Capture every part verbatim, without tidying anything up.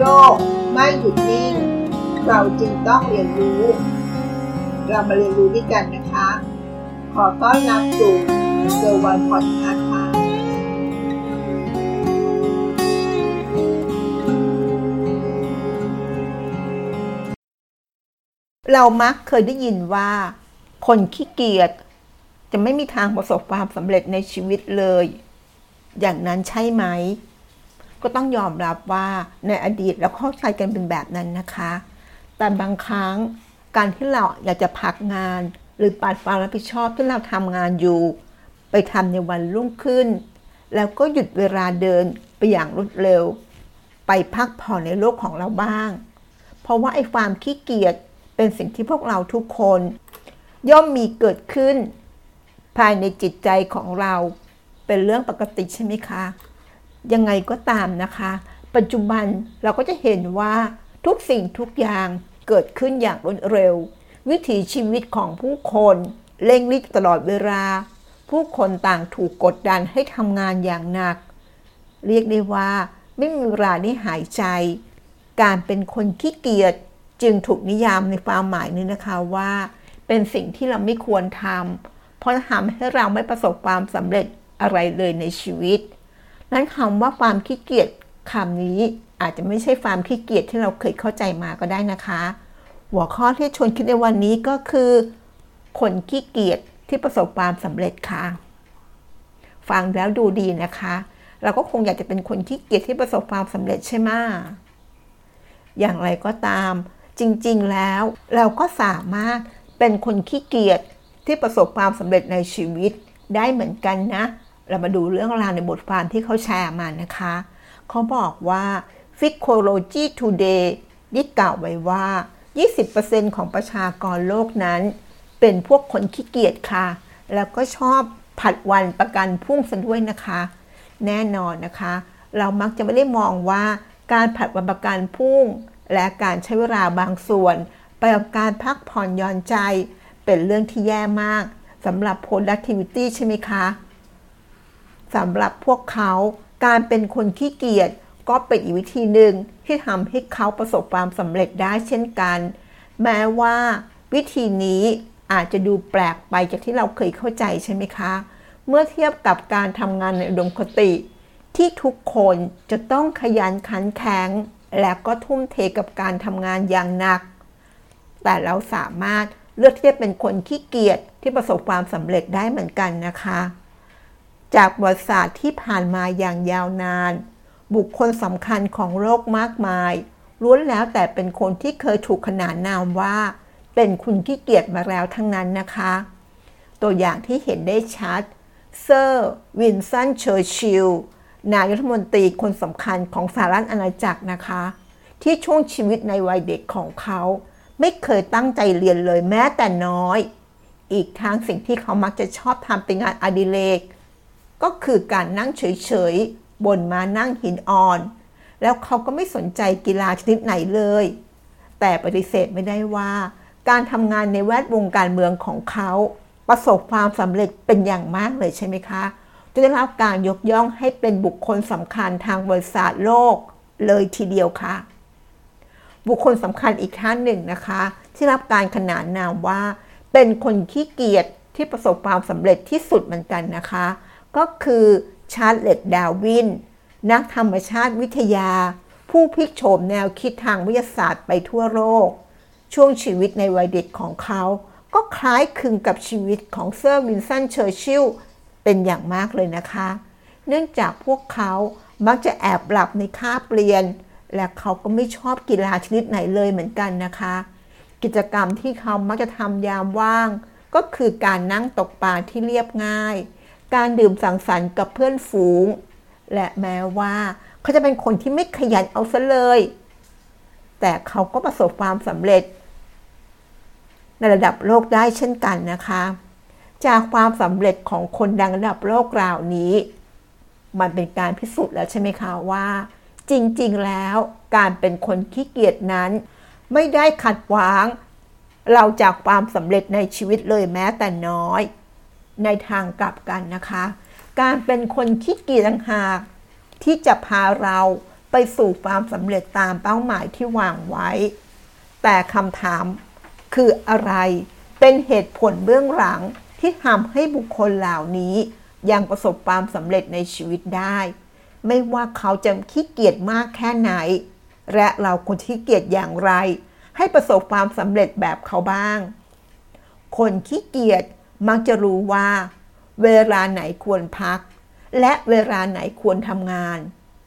กไม่หยุดนิ่งเราจึงต้องเรียนรู้เรามาเรียนรู้ด้วยกันนะคะขอต้อนรับสู่เซอร์วันพอดคาสต์ค่ะเรามักเคยได้ยินว่าคนขี้เกียจจะไม่มีทางประสบความสำเร็จในชีวิตเลยอย่างนั้นใช่ไหมก็ต้องยอมรับว่าในอดีตเราเข้าใจกันเป็นแบบนั้นนะคะแต่บางครั้งการที่เราอยากจะพักงานหรือปัดความรับผิดชอบที่เราทำงานอยู่ไปทำในวันรุ่งขึ้นแล้วก็หยุดเวลาเดินไปอย่างรวดเร็วไปพักผ่อนในโลกของเราบ้างเพราะว่าไอ้ความขี้เกียจเป็นสิ่งที่พวกเราทุกคนย่อมมีเกิดขึ้นภายในจิตใจของเราเป็นเรื่องปกติใช่ไหมคะยังไงก็ตามนะคะปัจจุบันเราก็จะเห็นว่าทุกสิ่งทุกอย่างเกิดขึ้นอย่างรวดเร็ววิถีชีวิตของผู้คนเร่งรีบตลอดเวลาผู้คนต่างถูกกดดันให้ทำงานอย่างหนักเรียกได้ว่าไม่มีเวลาได้หายใจการเป็นคนขี้เกียจจึงถูกนิยามในความหมายนี้นะคะว่าเป็นสิ่งที่เราไม่ควรทำเพราะทำให้เราไม่ประสบความสำเร็จอะไรเลยในชีวิตนั้นคำว่าความขี้เกียจคำนี้อาจจะไม่ใช่ความขี้เกียจที่เราเคยเข้าใจมาก็ได้นะคะหัวข้อที่ชวนคิดในวันนี้ก็คือคนขี้เกียจที่ประสบความสำเร็จค่ะฟังแล้วดูดีนะคะเราก็คงอยากจะเป็นคนขี้เกียจที่ประสบความสำเร็จใช่ไหมอย่างไรก็ตามจริงๆแล้วเราก็สามารถเป็นคนขี้เกียจที่ประสบความสำเร็จในชีวิตได้เหมือนกันนะเรามาดูเรื่องราวในบทความที่เขาแชร์มานะคะเขาบอกว่า Psychology Today ได้กล่าวไว้ว่า ยี่สิบเปอร์เซ็นต์ ของประชากรโลกนั้นเป็นพวกคนขี้เกียจค่ะแล้วก็ชอบผัดวันประกันพรุ่งซะด้วยนะคะแน่นอนนะคะเรามักจะไม่ได้มองว่าการผัดวันประกันพรุ่งและการใช้เวลาบางส่วนไปกับการพักผ่อนหย่อนใจเป็นเรื่องที่แย่มากสำหรับ productivity ใช่ไหมคะสำหรับพวกเขาการเป็นคนขี้เกียจก็เป็นอีกวิธีหนึ่งที่ทำให้เขาประสบความสำเร็จได้เช่นกันแม้ว่าวิธีนี้อาจจะดูแปลกไปจากที่เราเคยเข้าใจใช่ไหมคะเมื่อเทียบกับการทำงานในอุดมคติที่ทุกคนจะต้องขยันขันแข็งและก็ทุ่มเทกับการทำงานอย่างหนักแต่เราสามารถเลือกที่จะเป็นคนขี้เกียจที่ประสบความสำเร็จได้เหมือนกันนะคะจากประวัติศาสตร์ที่ผ่านมาอย่างยาวนานบุคคลสำคัญของโลกมากมายล้วนแล้วแต่เป็นคนที่เคยถูกขนานนามว่าเป็นคนขี้เกียจมาแล้วทั้งนั้นนะคะตัวอย่างที่เห็นได้ชัดเซอร์วินสตันเชอร์ชิลนายกรัฐมนตรีคนสำคัญของสหรัฐอาณาจักรนะคะที่ช่วงชีวิตในวัยเด็กของเขาไม่เคยตั้งใจเรียนเลยแม้แต่น้อยอีกทางสิ่งที่เขามักจะชอบทำเป็นงานอดิเรกก็คือการนั่งเฉยๆบนม้านั่งหินอ่อนแล้วเขาก็ไม่สนใจกีฬาชนิดไหนเลยแต่ปฏิเสธไม่ได้ว่าการทำงานในแวดวงการเมืองของเขาประสบความสำเร็จเป็นอย่างมากเลยใช่ไหมคะจนได้รับการยกย่องให้เป็นบุคคลสำคัญทางประวัติศาสตร์โลกเลยทีเดียวค่ะบุคคลสำคัญอีกท่านหนึ่งนะคะที่รับการขนานนามว่าเป็นคนขี้เกียจที่ประสบความสำเร็จที่สุดเหมือนกันนะคะก็คือชาร์ลส์ ดาร์วินนักธรรมชาติวิทยาผู้พลิกโฉมแนวคิดทางวิทยาศาสตร์ไปทั่วโลกช่วงชีวิตในวัยเด็กของเขาก็คล้ายคลึงกับชีวิตของเซอร์วินสตันเชอร์ชิลเป็นอย่างมากเลยนะคะเนื่องจากพวกเขามักจะแอบหลับในคาบเรียนและเขาก็ไม่ชอบกีฬาชนิดไหนเลยเหมือนกันนะคะกิจกรรมที่เขามักจะทำยามว่างก็คือการนั่งตกปลาที่เรียบง่ายการดื่มสังสรรค์กับเพื่อนฝูงและแม้ว่าเขาจะเป็นคนที่ไม่ขยันเอาซะเลยแต่เขาก็ประสบความสำเร็จในระดับโลกได้เช่นกันนะคะจากความสำเร็จของคนดังระดับโลกราวนี้มันเป็นการพิสูจน์แล้วใช่ไหมคะว่าจริงๆแล้วการเป็นคนขี้เกียจนั้นไม่ได้ขัดขวางเราจากความสำเร็จในชีวิตเลยแม้แต่น้อยในทางกลับกันนะคะการเป็นคนขี้เกียจต่างหากที่จะพาเราไปไปสู่ความสำเร็จตามเป้าหมายที่วางไว้แต่คำถามคืออะไรเป็นเหตุผลเบื้องหลังที่ทำให้บุคคลเหล่านี้ยังประสบความสำเร็จในชีวิตได้ไม่ว่าเขาจะขี้เกียจมากแค่ไหนและเราควรขี้เกียจอย่างไรให้ประสบความสำเร็จแบบเขาบ้างคนขี้เกียจมักจะรู้ว่าเวลาไหนควรพักและเวลาไหนควรทำงาน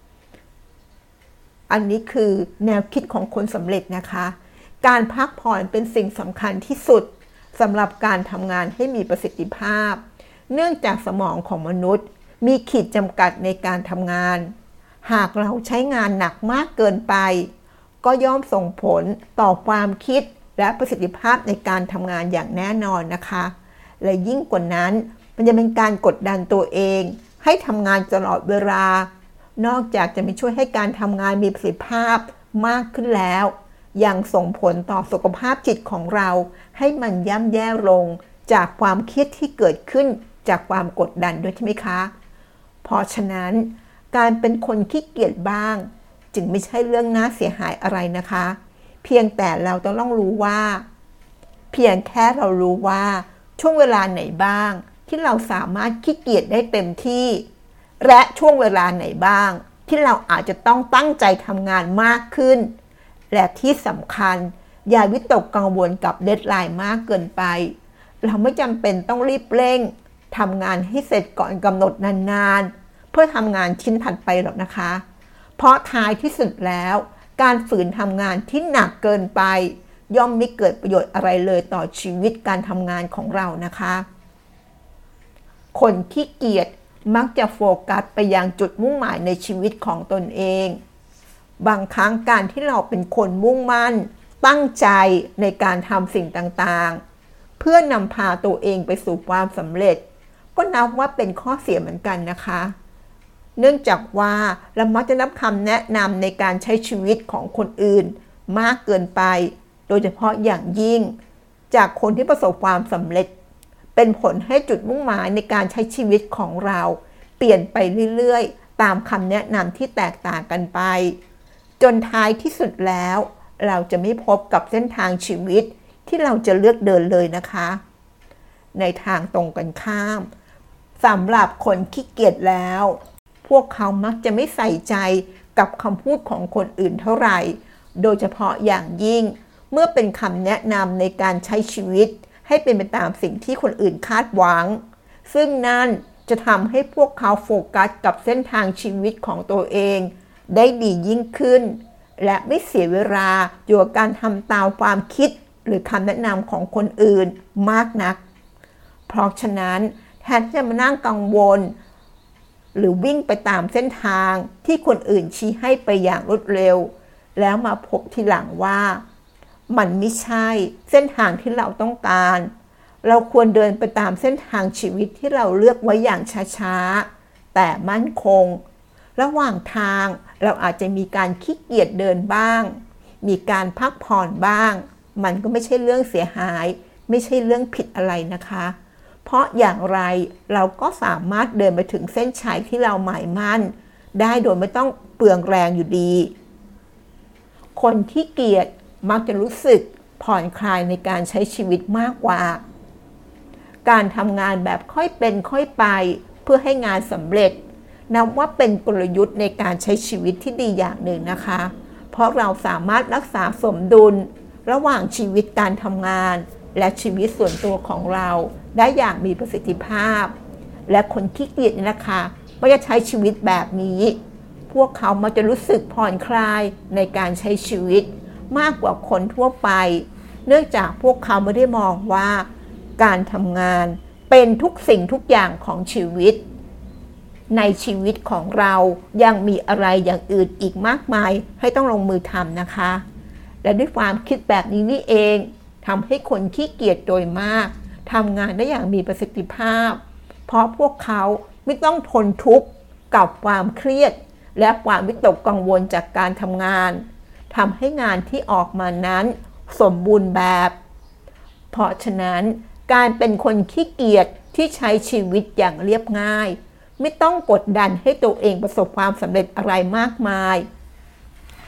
อันนี้คือแนวคิดของคนสำเร็จนะคะการพักผ่อนเป็นสิ่งสำคัญที่สุดสำหรับการทำงานให้มีประสิทธิภาพเนื่องจากสมองของมนุษย์มีขีดจำกัดในการทำงานหากเราใช้งานหนักมากเกินไปก็ย่อมส่งผลต่อความคิดและประสิทธิภาพในการทำงานอย่างแน่นอนนะคะและยิ่งกว่านั้นมันจะเป็นการกดดันตัวเองให้ทำงานตลอดเวลานอกจากจะไม่ช่วยให้การทำงานมีประสิทธิภาพมากขึ้นแล้วยังส่งผลต่อสุขภาพจิตของเราให้มันย่ำแย่ลงจากความเครียดที่เกิดขึ้นจากความกดดันด้วยใช่ไหมคะเพราะฉะนั้นการเป็นคนขี้เกียจบ้างจึงไม่ใช่เรื่องน่าเสียหายอะไรนะคะเพียงแต่เราต้องรู้ว่าเพียงแค่เรารู้ว่าช่วงเวลาไหนบ้างที่เราสามารถขี้เกียจได้เต็มที่และช่วงเวลาไหนบ้างที่เราอาจจะต้องตั้งใจทำงานมากขึ้นและที่สำคัญอย่าวิตกกังวลกับเดดไลน์มากเกินไปเราไม่จำเป็นต้องรีบเร่งทำงานให้เสร็จก่อนกำหนดนานๆเพื่อทำงานชิ้นถัดไปหรอกนะคะเพราะท้ายที่สุดแล้วการฝืนทำงานที่หนักเกินไปย่อมไม่เกิดประโยชน์อะไรเลยต่อชีวิตการทำงานของเรานะคะคนขี้เกียจมักจะโฟกัสไปยังจุดมุ่งหมายในชีวิตของตนเองบางครั้งการที่เราเป็นคนมุ่งมั่นตั้งใจในการทำสิ่งต่างๆเพื่อนำพาตัวเองไปสู่ความสำเร็จก็นับว่าเป็นข้อเสียเหมือนกันนะคะเนื่องจากว่าเรามักจะรับคำแนะนำในการใช้ชีวิตของคนอื่นมากเกินไปโดยเฉพาะอย่างยิ่งจากคนที่ประสบความสำเร็จเป็นผลให้จุดมุ่งหมายในการใช้ชีวิตของเราเปลี่ยนไปเรื่อยๆตามคำแนะนำที่แตกต่างกันไปจนท้ายที่สุดแล้วเราจะไม่พบกับเส้นทางชีวิตที่เราจะเลือกเดินเลยนะคะในทางตรงกันข้ามสำหรับคนขี้เกียจแล้วพวกเขามักจะไม่ใส่ใจกับคำพูดของคนอื่นเท่าไหร่โดยเฉพาะอย่างยิ่งเมื่อเป็นคำแนะนำในการใช้ชีวิตให้เป็นไปตามสิ่งที่คนอื่นคาดหวังซึ่งนั่นจะทำให้พวกเขาโฟกัสกับเส้นทางชีวิตของตัวเองได้ดียิ่งขึ้นและไม่เสียเวลาอยู่กับการทำตามความคิดหรือคำแนะนำของคนอื่นมากนักเพราะฉะนั้นแทนที่จะมานั่งกังวลหรือวิ่งไปตามเส้นทางที่คนอื่นชี้ให้ไปอย่างรวดเร็วแล้วมาพบทีหลังว่ามันไม่ใช่เส้นทางที่เราต้องการเราควรเดินไปตามเส้นทางชีวิตที่เราเลือกไว้อย่างช้าๆแต่มั่นคงระหว่างทางเราอาจจะมีการขี้เกียจเดินบ้างมีการพักผ่อนบ้างมันก็ไม่ใช่เรื่องเสียหายไม่ใช่เรื่องผิดอะไรนะคะเพราะอย่างไรเราก็สามารถเดินไปถึงเส้นชัยที่เราหมายมั่นได้โดยไม่ต้องเปลืองแรงอยู่ดีคนขี้เกียจมักจะรู้สึกผ่อนคลายในการใช้ชีวิตมากกว่าการทำงานแบบค่อยเป็นค่อยไปเพื่อให้งานสำเร็จนับว่าเป็นกลยุทธ์ในการใช้ชีวิตที่ดีอย่างหนึ่งนะคะเพราะเราสามารถรักษาสมดุลระหว่างชีวิตการทำงานและชีวิตส่วนตัวของเราได้อย่างมีประสิทธิภาพและคนขี้เกียจนี่นะคะก็จะใช้ชีวิตแบบนี้พวกเขามักจะรู้สึกผ่อนคลายในการใช้ชีวิตมากกว่าคนทั่วไปเนื่องจากพวกเขาไม่ได้มองว่าการทำงานเป็นทุกสิ่งทุกอย่างของชีวิตในชีวิตของเรายังมีอะไรอย่างอื่นอีกมากมายให้ต้องลงมือทำนะคะและด้วยความคิดแบบนี้นี่เองทำให้คนขี้เกียจโดยมากทำงานได้อย่างมีประสิทธิภาพเพราะพวกเขาไม่ต้องทนทุกข์กับความเครียดและความวิตกกังวลจากการทำงานทำให้งานที่ออกมานั้นสมบูรณ์แบบเพราะฉะนั้นการเป็นคนขี้เกียจที่ใช้ชีวิตอย่างเรียบง่ายไม่ต้องกดดันให้ตัวเองประสบความสำเร็จอะไรมากมาย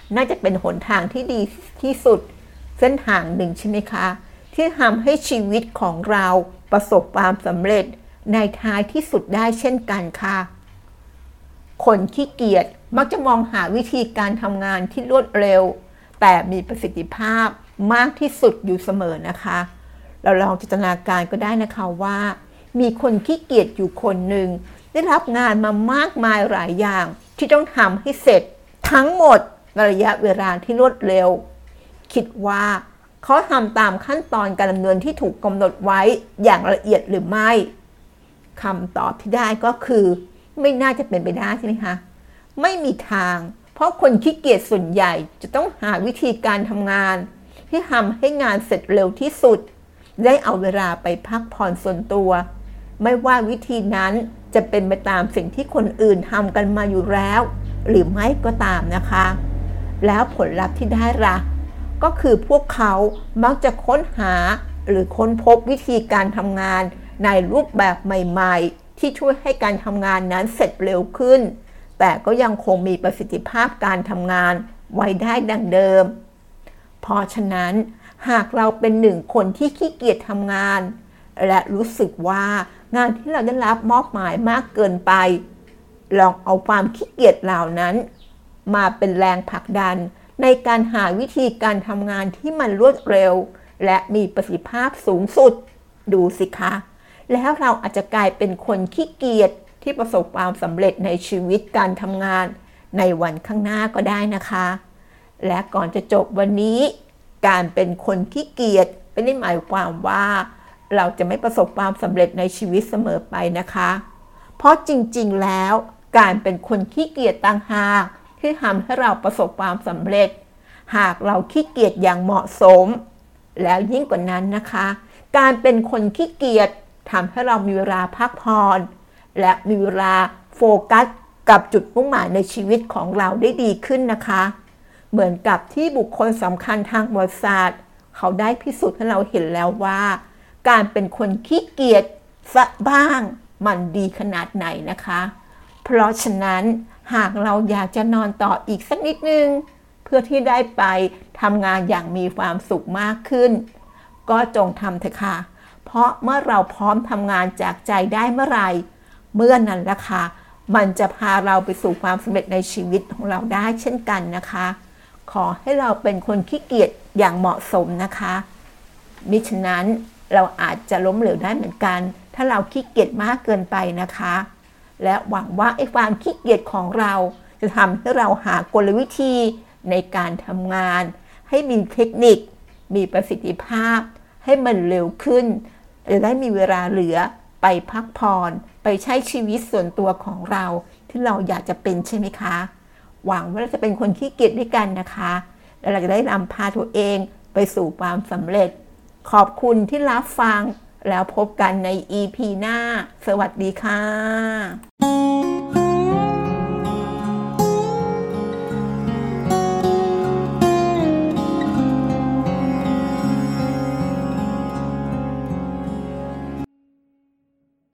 น่าจะเป็นหนทางที่ดีที่สุดเส้นทางหนึ่งใช่ไหมคะที่ทำให้ชีวิตของเราประสบความสำเร็จในท้ายที่สุดได้เช่นกันค่ะคนขี้เกียจมักจะมองหาวิธีการทำงานที่รวดเร็วแต่มีประสิทธิภาพมากที่สุดอยู่เสมอนะคะเราลองจินตนาการก็ได้นะคะว่ามีคนขี้เกียจอยู่คนหนึ่งได้รับงานมามากมายหลายอย่างที่ต้องทำให้เสร็จทั้งหมดในระยะเวลาที่รวดเร็วคิดว่าเขาทำตามขั้นตอนการดำเนินที่ถูกกำหนดไว้อย่างละเอียดหรือไม่คำตอบที่ได้ก็คือไม่น่าจะเป็นไปได้ใช่ไหมคะไม่มีทางเพราะคนขี้เกียจส่วนใหญ่จะต้องหาวิธีการทำงานที่ทำให้งานเสร็จเร็วที่สุดได้เอาเวลาไปพักผ่อนส่วนตัวไม่ว่าวิธีนั้นจะเป็นไปตามสิ่งที่คนอื่นทำกันมาอยู่แล้วหรือไม่ก็ตามนะคะแล้วผลลัพธ์ที่ได้ล่ะก็คือพวกเขามักจะค้นหาหรือค้นพบวิธีการทำงานในรูปแบบใหม่ๆที่ช่วยให้การทำงานนั้นเสร็จเร็วขึ้นแต่ก็ยังคงมีประสิทธิภาพการทำงานไว้ได้ดังเดิมเพราะฉะนั้นหากเราเป็นหนึ่งคนที่ขี้เกียจทำงานและรู้สึกว่างานที่เราได้รับมอบหมายมากเกินไปลองเอาความขี้เกียจเหล่านั้นมาเป็นแรงผลักดันในการหาวิธีการทำงานที่มันรวดเร็วและมีประสิทธิภาพสูงสุดดูสิคะแล้วเราอาจจะกลายเป็นคนขี้เกียจที่ประสบความสำเร็จในชีวิตการทำงานในวันข้างหน้าก็ได้นะคะและก่อนจะจบวันนี้การเป็นคนขี้เกียจไม่ได้หมายความว่าเราจะไม่ประสบความสำเร็จในชีวิตเสมอไปนะคะเพราะจริงๆแล้วการเป็นคนขี้เกียจต่างหากที่ทำให้เราประสบความสำเร็จหากเราขี้เกียจอย่างเหมาะสมแล้วยิ่งกว่านั้นนะคะการเป็นคนขี้เกียจทำให้เรามีเวลาพักผ่อนและมีเวลาโฟกัสกับจุดมุ่งหมายในชีวิตของเราได้ดีขึ้นนะคะเหมือนกับที่บุคคลสำคัญทางประวัติศาสตร์เขาได้พิสูจน์ให้เราเห็นแล้วว่าการเป็นคนขี้เกียจซะบ้างมันดีขนาดไหนนะคะเพราะฉะนั้นหากเราอยากจะนอนต่ออีกสักนิดนึงเพื่อที่ได้ไปทำงานอย่างมีความสุขมากขึ้นก็จงทำเถอะค่ะเพราะเมื่อเราพร้อมทำงานจากใจได้เมื่อไหร่เมื่อนั้นล่ะค่ะมันจะพาเราไปสู่ความสำเร็จในชีวิตของเราได้เช่นกันนะคะขอให้เราเป็นคนขี้เกียจอย่างเหมาะสมนะคะมิฉะนั้นเราอาจจะล้มเหลวได้เหมือนกันถ้าเราขี้เกียจมากเกินไปนะคะและหวังว่าไอ้ความขี้เกียจของเราจะทำให้เราหากลวิธีในการทำงานให้มีเทคนิคมีประสิทธิภาพให้มันเร็วขึ้นจะได้มีเวลาเหลือไปพักผ่อนไปใช้ชีวิตส่วนตัวของเราที่เราอยากจะเป็นใช่ไหมคะหวังว่าเราจะเป็นคนขี้เกียจด้วยกันนะคะและเราจะได้นำพาตัวเองไปสู่ความสำเร็จขอบคุณที่รับฟังแล้วพบกันใน อี พี หน้าสวัสดีค่ะ